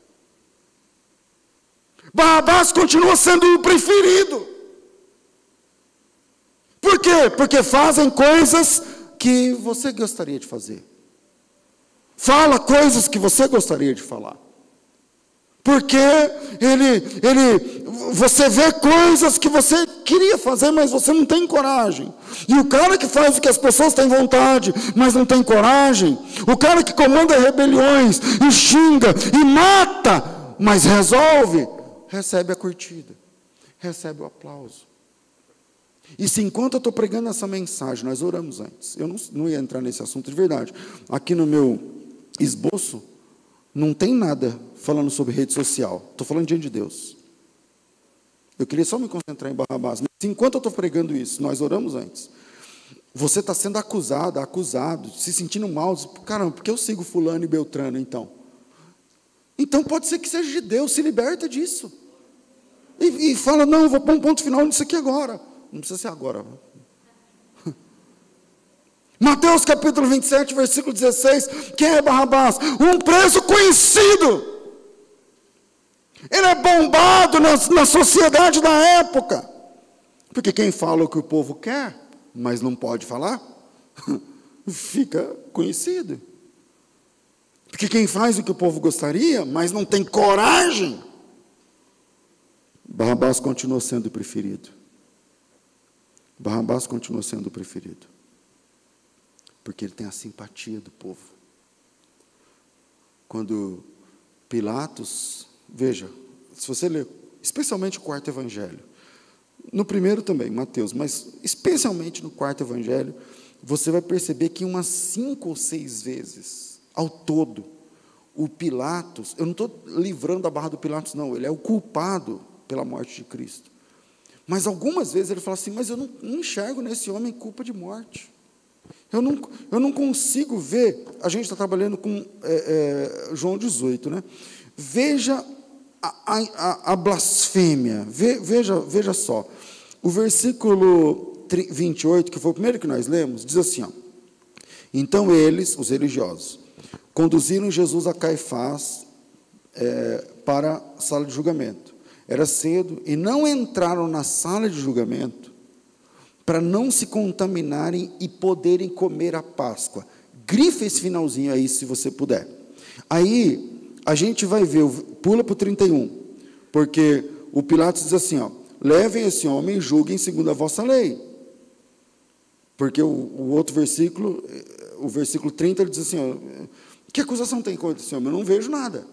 Barrabás continua sendo o preferido. Por quê? Porque fazem coisas que você gostaria de fazer. Fala coisas que você gostaria de falar. Porque você vê coisas que você queria fazer, mas você não tem coragem. E o cara que faz o que as pessoas têm vontade, mas não tem coragem, o cara que comanda rebeliões, e xinga, e mata, mas resolve, recebe a curtida, recebe o aplauso. E se enquanto eu estou pregando essa mensagem, nós oramos antes, eu não ia entrar nesse assunto de verdade, aqui no meu esboço, não tem nada falando sobre rede social, estou falando diante de Deus. Eu queria só me concentrar em Barrabás. Mas enquanto eu estou pregando isso, nós oramos antes. Você está sendo acusado, se sentindo mal. Caramba, por que eu sigo fulano e Beltrano, então? Então pode ser que seja de Deus, se liberta disso. E fala, não, eu vou pôr um ponto final nisso aqui agora. Não precisa ser agora. Mateus capítulo 27, versículo 16. Quem é Barrabás? Um preso conhecido. Ele é bombado na sociedade da época. Porque quem fala o que o povo quer, mas não pode falar, fica conhecido. Porque quem faz o que o povo gostaria, mas não tem coragem, Barrabás continua sendo preferido. Barrabás continua sendo preferido. Porque ele tem a simpatia do povo. Quando Pilatos, veja, se você ler, especialmente o quarto evangelho, no primeiro também, Mateus, mas especialmente no quarto evangelho, você vai perceber que umas 5 ou 6 vezes, ao todo, o Pilatos, eu não estou livrando a barra do Pilatos, não, ele é o culpado pela morte de Cristo. Mas algumas vezes ele fala assim, mas eu não enxergo nesse homem culpa de morte. Eu não consigo ver, a gente está trabalhando com João 18, né? Veja a blasfêmia, veja só, o versículo 28, que foi o primeiro que nós lemos, diz assim, ó, então eles, os religiosos, conduziram Jesus a Caifás para a sala de julgamento. Era cedo, e não entraram na sala de julgamento para não se contaminarem e poderem comer a Páscoa. Grifa esse finalzinho aí, se você puder. Aí, a gente vai ver, pula para o 31, porque o Pilatos diz assim, ó, levem esse homem e julguem segundo a vossa lei. Porque o outro versículo, o versículo 30, ele diz assim, ó, que acusação tem contra esse homem? Eu não vejo nada.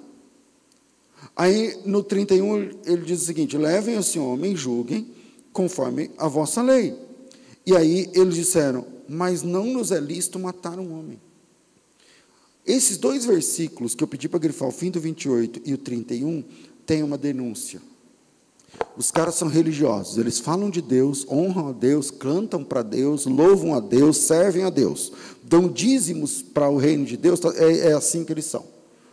Aí, no 31, ele diz o seguinte, levem esse homem e julguem conforme a vossa lei. E aí, eles disseram, mas não nos é lícito matar um homem. Esses 2 versículos que eu pedi para grifar, o fim do 28 e o 31, tem uma denúncia. Os caras são religiosos, eles falam de Deus, honram a Deus, cantam para Deus, louvam a Deus, servem a Deus, dão dízimos para o reino de Deus, é assim que eles são.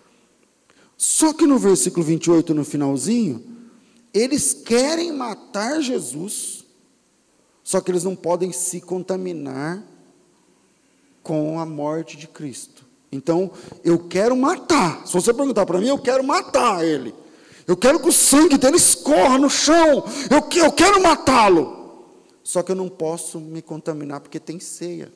Só que no versículo 28, no finalzinho, eles querem matar Jesus, só que eles não podem se contaminar com a morte de Cristo. Então, eu quero matar. Se você perguntar para mim, eu quero matar ele. Eu quero que o sangue dele escorra no chão. Eu quero matá-lo. Só que eu não posso me contaminar porque tem ceia.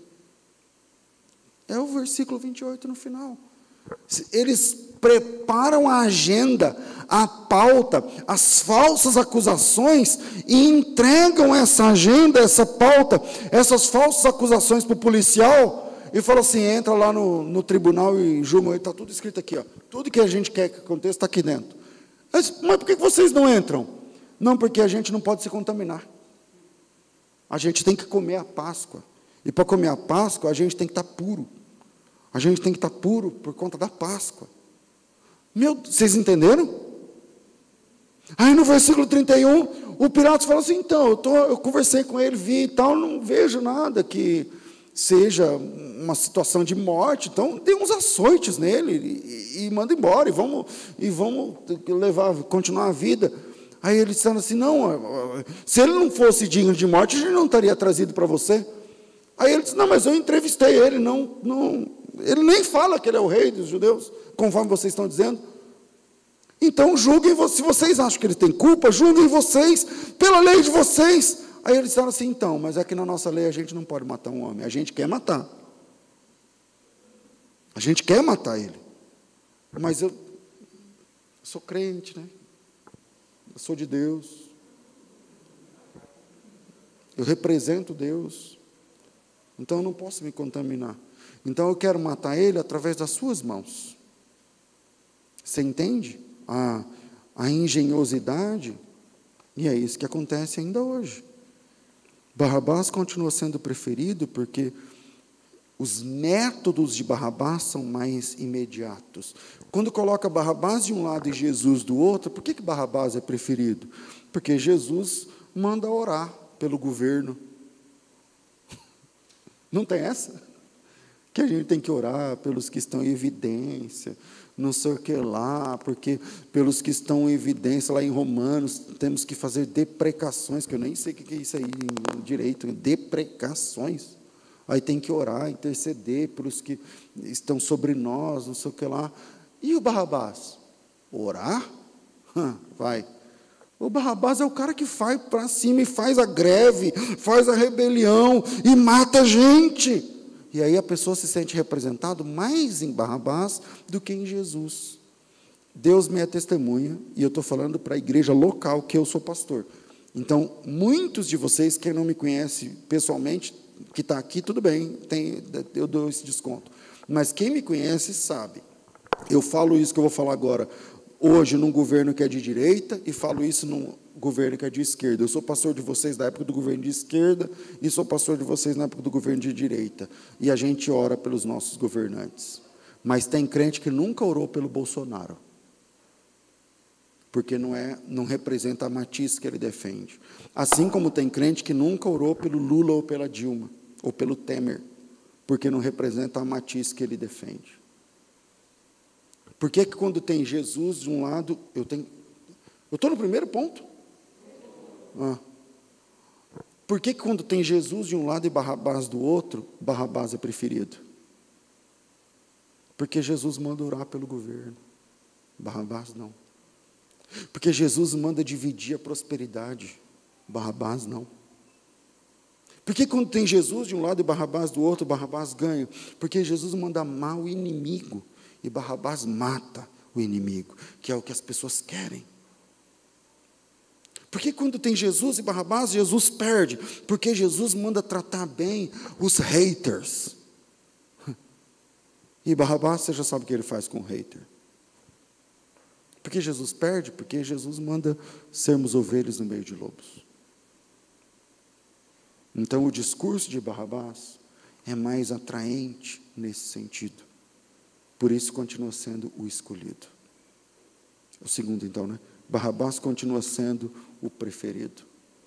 É o versículo 28 no final. Eles preparam a agenda, a pauta, as falsas acusações e entregam essa agenda, essa pauta, essas falsas acusações para o policial e falam assim, entra lá no tribunal e julga, está tudo escrito aqui, ó, tudo que a gente quer que aconteça está aqui dentro. Mas por que vocês não entram? Não, porque a gente não pode se contaminar. A gente tem que comer a Páscoa. E para comer a Páscoa, a gente tem que estar puro. A gente tem que estar puro por conta da Páscoa. Vocês entenderam? Aí no versículo 31, o Pilatos fala assim, então, eu conversei com ele, vi e tal, não vejo nada que seja uma situação de morte, então dê uns açoites nele e manda embora, e vamos continuar a vida. Aí eles disseram assim, não, se ele não fosse digno de morte, a gente não estaria trazido para você. Aí ele disse, não, mas eu entrevistei ele, ele nem fala que ele é o rei dos judeus, conforme vocês estão dizendo. Então julguem, se vocês acham que ele tem culpa, julguem vocês, pela lei de vocês. Aí eles disseram assim, então, mas é que na nossa lei a gente não pode matar um homem, a gente quer matar. A gente quer matar ele. Mas eu sou crente, né? Eu sou de Deus. Eu represento Deus. Então eu não posso me contaminar. Então eu quero matar ele através das suas mãos. Você entende a engenhosidade? E é isso que acontece ainda hoje. Barrabás continua sendo preferido porque Os métodos de Barrabás são mais imediatos. Quando coloca Barrabás de um lado e Jesus do outro, por que Barrabás é preferido? Porque Jesus manda orar pelo governo. Não tem essa? Que a gente tem que orar pelos que estão em evidência, não sei o que lá, porque pelos que estão em evidência, lá em Romanos, temos que fazer deprecações, que eu nem sei o que é isso aí em direito, deprecações. Aí tem que orar, interceder pelos que estão sobre nós, não sei o que lá. E o Barrabás? Orar? Vai. O Barrabás é o cara que vai para cima e faz a greve, faz a rebelião e mata gente. E aí a pessoa se sente representado mais em Barrabás do que em Jesus. Deus me é testemunha, e eu estou falando para a igreja local que eu sou pastor. Então, muitos de vocês, quem não me conhece pessoalmente, que está aqui, tudo bem, eu dou esse desconto. Mas quem me conhece sabe. Eu falo isso que eu vou falar agora, hoje num governo que é de direita, e falo isso num governo que é de esquerda. Eu sou pastor de vocês da época do governo de esquerda, e sou pastor de vocês na época do governo de direita. E a gente ora pelos nossos governantes. Mas tem crente que nunca orou pelo Bolsonaro, porque não representa a matiz que ele defende. Assim como tem crente que nunca orou pelo Lula ou pela Dilma, ou pelo Temer, porque não representa a matiz que ele defende. Por que quando tem Jesus de um lado, eu estou no primeiro ponto? Por que quando tem Jesus de um lado e Barrabás do outro, Barrabás é preferido? Porque Jesus manda orar pelo governo, Barrabás não. Porque Jesus manda dividir a prosperidade, Barrabás não. Porque quando tem Jesus de um lado e Barrabás do outro, Barrabás ganha. Porque Jesus manda amar o inimigo e Barrabás mata o inimigo, que é o que as pessoas querem. Porque quando tem Jesus e Barrabás, Jesus perde. Porque Jesus manda tratar bem os haters. E Barrabás, você já sabe o que ele faz com o hater. Porque Jesus perde, porque Jesus manda sermos ovelhas no meio de lobos. Então, o discurso de Barrabás é mais atraente nesse sentido. Por isso, continua sendo o escolhido. O segundo, então, né? Barrabás continua sendo o preferido.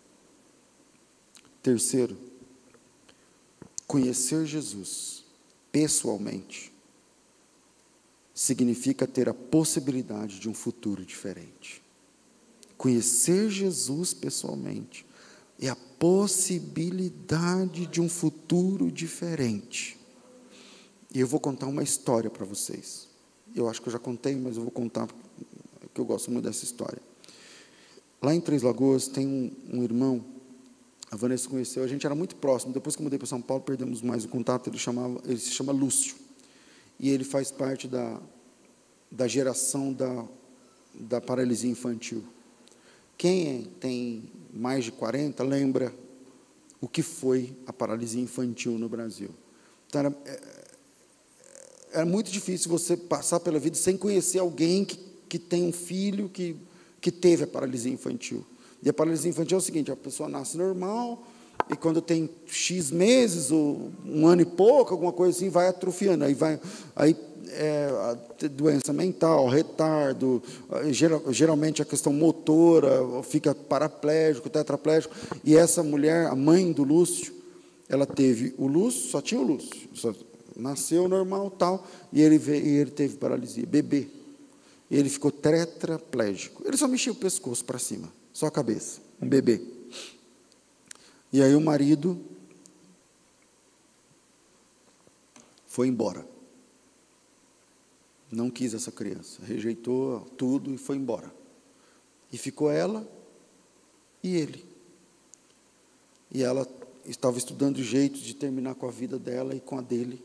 Terceiro, conhecer Jesus pessoalmente significa ter a possibilidade de um futuro diferente. Conhecer Jesus pessoalmente é a possibilidade de um futuro diferente. E eu vou contar uma história para vocês. Eu acho que eu já contei, mas eu vou contar, porque eu gosto muito dessa história. Lá em Três Lagoas tem um irmão, a Vanessa conheceu, a gente era muito próximo. Depois que eu mudei para São Paulo, perdemos mais o contato. Ele se chama Lúcio. E ele faz parte da geração da paralisia infantil. Quem tem mais de 40 lembra o que foi a paralisia infantil no Brasil. Então, era muito difícil você passar pela vida sem conhecer alguém que tem um filho que teve a paralisia infantil. E a paralisia infantil é o seguinte: a pessoa nasce normal, e quando tem X meses, ou um ano e pouco, alguma coisa assim, vai atrofiando. Aí doença mental, retardo, geralmente a questão motora, fica paraplégico, tetraplégico. E essa mulher, a mãe do Lúcio, ela teve o Lúcio, só tinha o Lúcio, nasceu normal, tal, e ele teve paralisia, bebê. E ele ficou tetraplégico. Ele só mexia o pescoço para cima, só a cabeça, um bebê. E aí o marido foi embora. Não quis essa criança, rejeitou tudo e foi embora. E ficou ela e ele. E ela estava estudando jeitos de terminar com a vida dela e com a dele.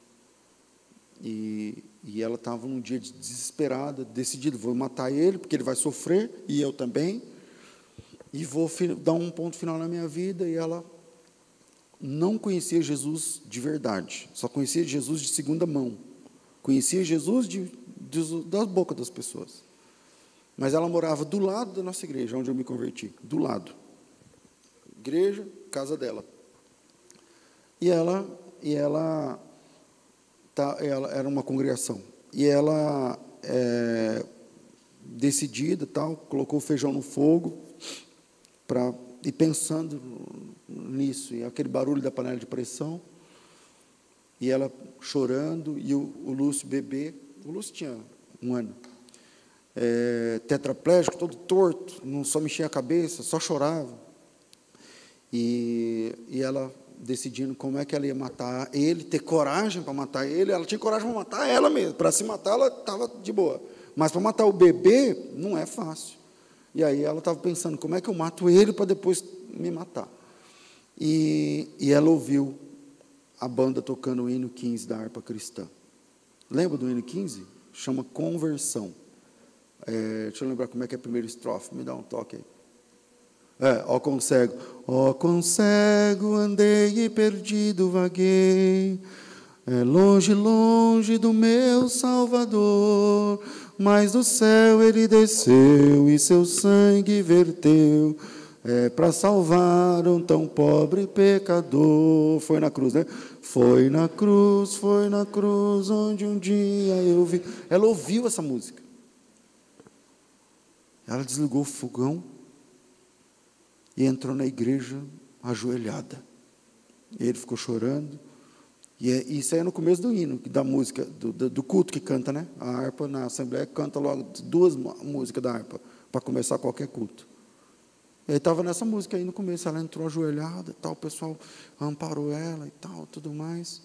E ela estava num dia desesperada, decidida: vou matar ele, porque ele vai sofrer, e eu também, e vou dar um ponto final na minha vida. E ela não conhecia Jesus de verdade, só conhecia Jesus de segunda mão. Conhecia Jesus da boca das pessoas. Mas ela morava do lado da nossa igreja, onde eu me converti. Do lado. Igreja, casa dela. E ela ela era uma congregação, e ela, decidida, tal, colocou o feijão no fogo, e pensando nisso, e aquele barulho da panela de pressão, e ela chorando, e o Lúcio bebê, o Lúcio tinha 1 ano, tetraplégico, todo torto, não só mexia a cabeça, só chorava, e ela decidindo como é que ela ia matar ele, ter coragem para matar ele. Ela tinha coragem para matar ela mesma, para se matar ela estava de boa, mas para matar o bebê não é fácil. E aí ela estava pensando, como é que eu mato ele para depois me matar? E ela ouviu a banda tocando o hino 15 da harpa cristã. Lembra do hino 15? Chama Conversão. Deixa eu lembrar como é que é a primeira estrofe, me dá um toque aí. Ó cego, andei e perdido vaguei, longe, longe do meu Salvador, mas do céu ele desceu e seu sangue verteu, para salvar um tão pobre pecador. Foi na cruz, né? Foi na cruz, onde um dia eu vi. Ela ouviu essa música. Ela desligou o fogão e entrou na igreja ajoelhada. E ele ficou chorando. E isso aí é no começo do hino, da música, do culto que canta, né? A harpa na Assembleia canta logo 2 músicas da harpa, para começar qualquer culto. E aí estava nessa música aí no começo, ela entrou ajoelhada, e tal, o pessoal amparou ela e tal, tudo mais.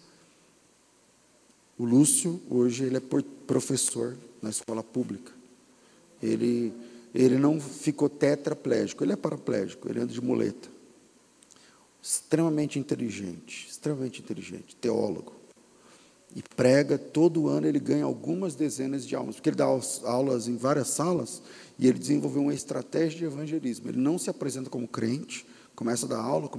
O Lúcio, hoje, ele é professor na escola pública. Ele não ficou tetraplégico, ele é paraplégico, ele anda de muleta. Extremamente inteligente, teólogo. E prega, todo ano ele ganha algumas dezenas de almas, porque ele dá aulas em várias salas, e ele desenvolveu uma estratégia de evangelismo. Ele não se apresenta como crente, começa a dar aula.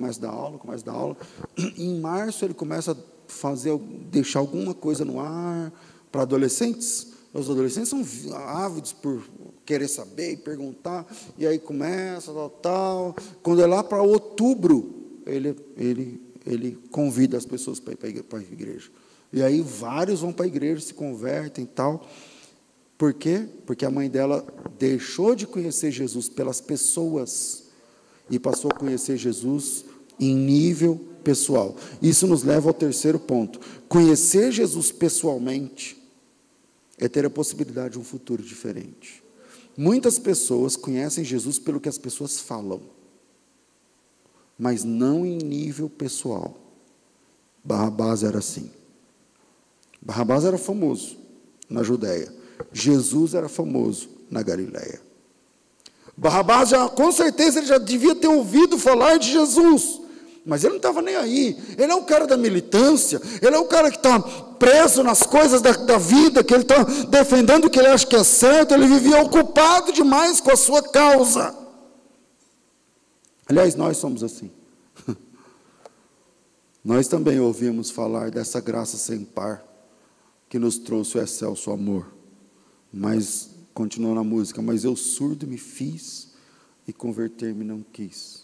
E em março ele começa a deixar alguma coisa no ar para adolescentes. Os adolescentes são ávidos por querer saber e perguntar, e aí começa, tal. Quando é lá para outubro, ele convida as pessoas para ir para a igreja. E aí vários vão para a igreja, se convertem e tal. Por quê? Porque a mãe dela deixou de conhecer Jesus pelas pessoas e passou a conhecer Jesus em nível pessoal. Isso nos leva ao terceiro ponto. Conhecer Jesus pessoalmente é ter a possibilidade de um futuro diferente. Muitas pessoas conhecem Jesus pelo que as pessoas falam, mas não em nível pessoal. Barrabás era assim. Barrabás era famoso na Judéia. Jesus era famoso na Galileia. Barrabás, com certeza, ele já devia ter ouvido falar de Jesus, mas ele não estava nem aí. Ele é o cara da militância, ele é o cara que está preso nas coisas da vida, que ele está defendendo o que ele acha que é certo. Ele vivia ocupado demais com a sua causa. Aliás, nós somos assim. Nós também ouvimos falar dessa graça sem par, que nos trouxe o excelso amor. Mas, continua na música, mas eu surdo me fiz e converter-me não quis.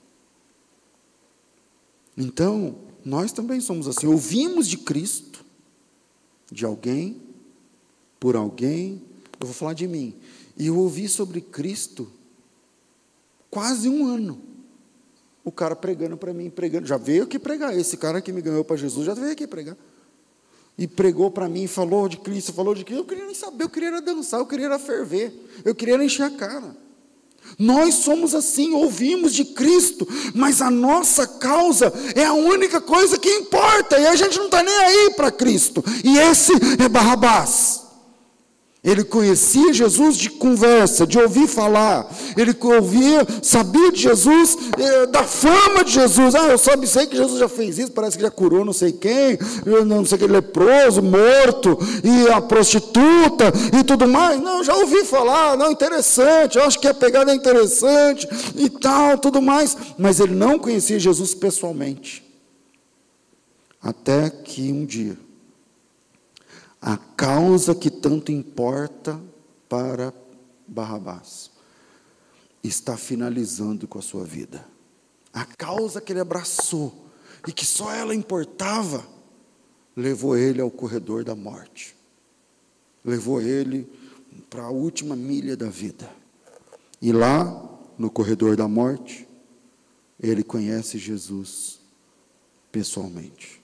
Então, nós também somos assim, ouvimos de Cristo, de alguém, por alguém. Eu vou falar de mim, e eu ouvi sobre Cristo quase 1 ano, o cara pregando para mim, já veio aqui pregar, esse cara que me ganhou para Jesus, já veio aqui pregar, e pregou para mim, falou de Cristo, eu queria nem saber, eu queria era dançar, eu queria era ferver, eu queria era encher a cara. Nós somos assim, ouvimos de Cristo, mas a nossa causa é a única coisa que importa, e a gente não está nem aí para Cristo, e esse é Barrabás. Ele conhecia Jesus de conversa, de ouvir falar. Ele sabia de Jesus, da fama de Jesus. Eu sei que Jesus já fez isso, parece que já curou não sei quem, não sei que leproso, morto, e a prostituta, e tudo mais. Não, já ouvi falar, não, interessante, eu acho que a pegada é interessante, e tal, tudo mais. Mas ele não conhecia Jesus pessoalmente. Até que um dia, a causa que tanto importa para Barrabás está finalizando com a sua vida. A causa que ele abraçou e que só ela importava levou ele ao corredor da morte, levou ele para a última milha da vida. E lá, no corredor da morte, ele conhece Jesus pessoalmente.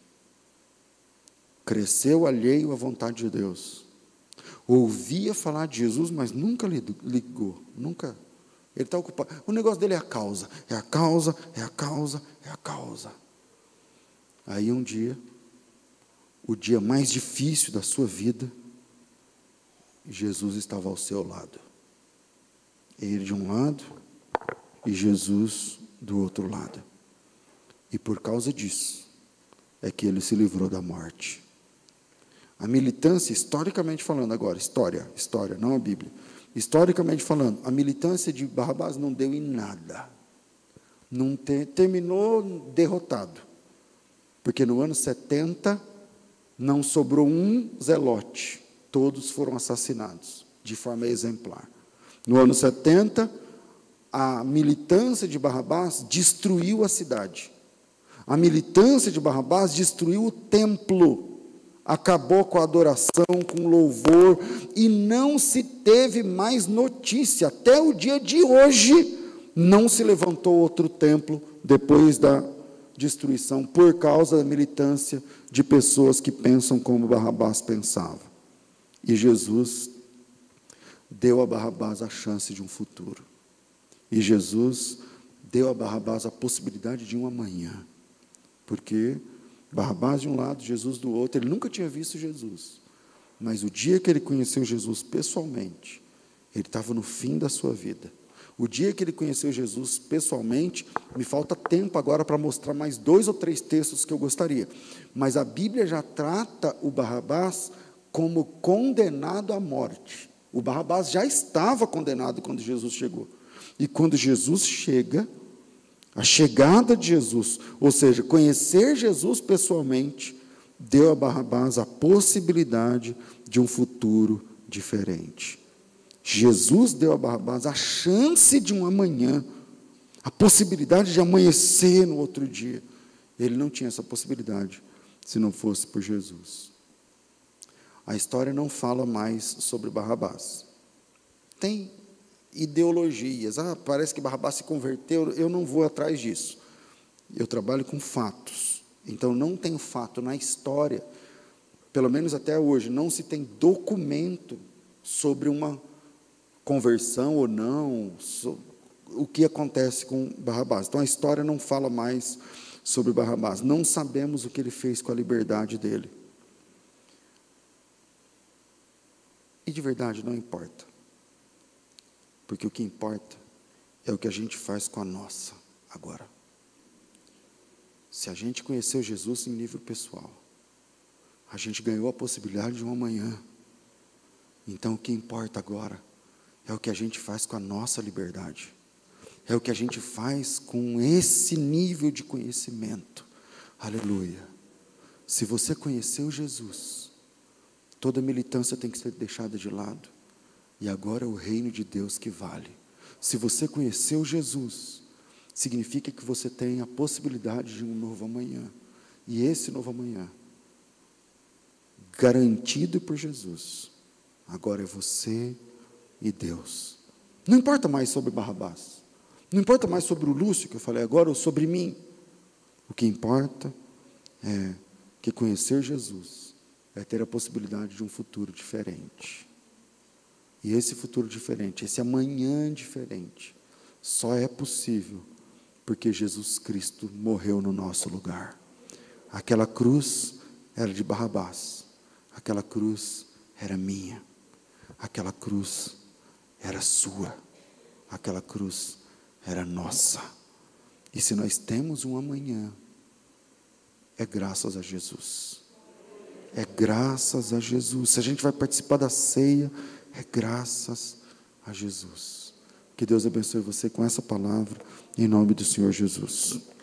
Cresceu alheio à vontade de Deus. Ouvia falar de Jesus, mas nunca ligou, nunca. Ele está ocupado. O negócio dele é a causa, é a causa, é a causa, é a causa. Aí um dia, o dia mais difícil da sua vida, Jesus estava ao seu lado. Ele de um lado e Jesus do outro lado. E por causa disso, é que ele se livrou da morte. A militância, historicamente falando agora, história, não a Bíblia. Historicamente falando, a militância de Barrabás não deu em nada. Terminou derrotado. Porque no ano 70, não sobrou um zelote. Todos foram assassinados, de forma exemplar. No ano 70, a militância de Barrabás destruiu a cidade. A militância de Barrabás destruiu o templo. Acabou com a adoração, com o louvor, e não se teve mais notícia. Até o dia de hoje, não se levantou outro templo depois da destruição, por causa da militância de pessoas que pensam como Barrabás pensava. E Jesus deu a Barrabás a chance de um futuro. E Jesus deu a Barrabás a possibilidade de um amanhã. Porque Barrabás de um lado, Jesus do outro, ele nunca tinha visto Jesus. Mas o dia que ele conheceu Jesus pessoalmente, ele estava no fim da sua vida. O dia que ele conheceu Jesus pessoalmente, me falta tempo agora para mostrar mais 2 ou 3 textos que eu gostaria. Mas a Bíblia já trata o Barrabás como condenado à morte. O Barrabás já estava condenado quando Jesus chegou. E quando Jesus chega, a chegada de Jesus, ou seja, conhecer Jesus pessoalmente, deu a Barrabás a possibilidade de um futuro diferente. Jesus deu a Barrabás a chance de um amanhã, a possibilidade de amanhecer no outro dia. Ele não tinha essa possibilidade se não fosse por Jesus. A história não fala mais sobre Barrabás. Tem ideologias. Parece que Barrabás se converteu. Eu não vou atrás disso. Eu trabalho com fatos. Então, não tem fato na história, pelo menos até hoje, não se tem documento sobre uma conversão ou não, o que acontece com Barrabás. Então, a história não fala mais sobre Barrabás. Não sabemos o que ele fez com a liberdade dele. E, de verdade, não importa. Porque o que importa é o que a gente faz com a nossa agora. Se a gente conheceu Jesus em nível pessoal, a gente ganhou a possibilidade de um amanhã. Então, o que importa agora é o que a gente faz com a nossa liberdade. É o que a gente faz com esse nível de conhecimento. Aleluia. Se você conheceu Jesus, toda militância tem que ser deixada de lado. E agora é o reino de Deus que vale. Se você conheceu Jesus, significa que você tem a possibilidade de um novo amanhã. E esse novo amanhã, garantido por Jesus, agora é você e Deus. Não importa mais sobre Barrabás. Não importa mais sobre o Lúcio, que eu falei agora, ou sobre mim. O que importa é que conhecer Jesus é ter a possibilidade de um futuro diferente. E esse futuro diferente, esse amanhã diferente, só é possível porque Jesus Cristo morreu no nosso lugar. Aquela cruz era de Barrabás, aquela cruz era minha, aquela cruz era sua, aquela cruz era nossa. E se nós temos um amanhã, é graças a Jesus. É graças a Jesus. Se a gente vai participar da ceia, é graças a Jesus. Que Deus abençoe você com essa palavra, em nome do Senhor Jesus.